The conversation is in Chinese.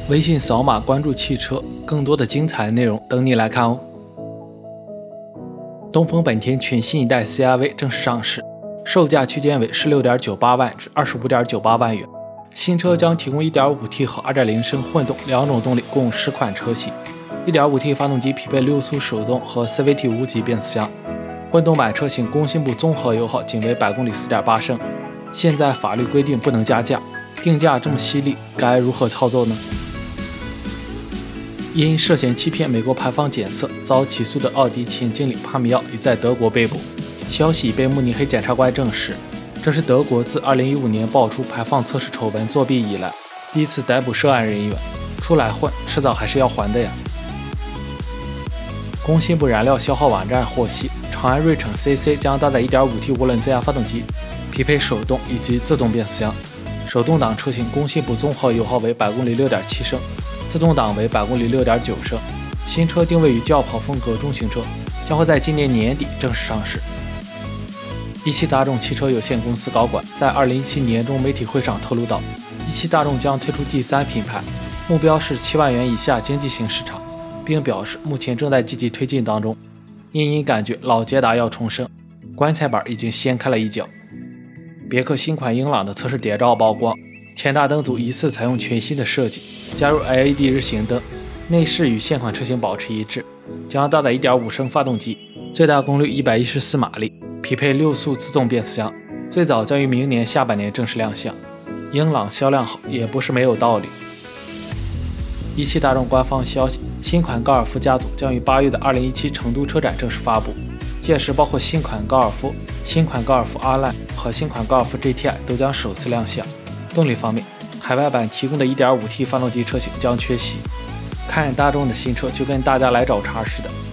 微信扫码关注汽车，更多的精彩内容等你来看哦。东风本田全新一代 CR-V 正式上市，售价区间为16.98万至25.98万元。新车将提供 1.5T 和 2.0 升混动两种动力，共10款车型。1.5T 发动机匹配6速手动和 CVT 无级变速箱，混动版车型工信部综合油耗仅为百公里 4.8升。现在法律规定不能加价，定价这么犀利，该如何操作呢？因涉嫌欺骗美国排放检测遭起诉的奥迪前经理帕米奥已在德国被捕。消息被慕尼黑检察官证实，这是德国自2015年爆出排放测试丑闻作弊以来第一次逮捕涉案人员。出来混，迟早还是要还的呀。工信部燃料消耗网站获悉，长安睿骋 CC 将搭载 1.5T 涡轮增压发动机，匹配手动以及自动变速箱。手动挡车型工信部综合油耗为百公里 6.7升，自动挡为百公里 6.9升。新车定位于轿跑风格中型车，将会在今年年底正式上市。一汽大众汽车有限公司高管在2017年中媒体会上透露到，一汽大众将推出第3品牌，目标是7万元以下经济型市场，并表示目前正在积极推进当中。隐隐感觉老捷达要重生，棺材板已经掀开了一角。别克新款英朗的测试谍照曝光，前大灯组疑似采用全新的设计，加入 LED 日行灯，内饰与现款车型保持一致，将搭载 1.5 升发动机，最大功率114马力，匹配6速自动变速箱，最早将于明年下半年正式亮相。英朗销量好也不是没有道理。一汽大众官方消息，新款高尔夫家族将于8月的2017成都车展正式发布，届时包括新款高尔夫、新款高尔夫 R-Line 和新款高尔夫 GTI 都将首次亮相。动力方面，海外版提供的 1.5T 发动机车型将缺席。看大众的新车就跟大家来找茬似的，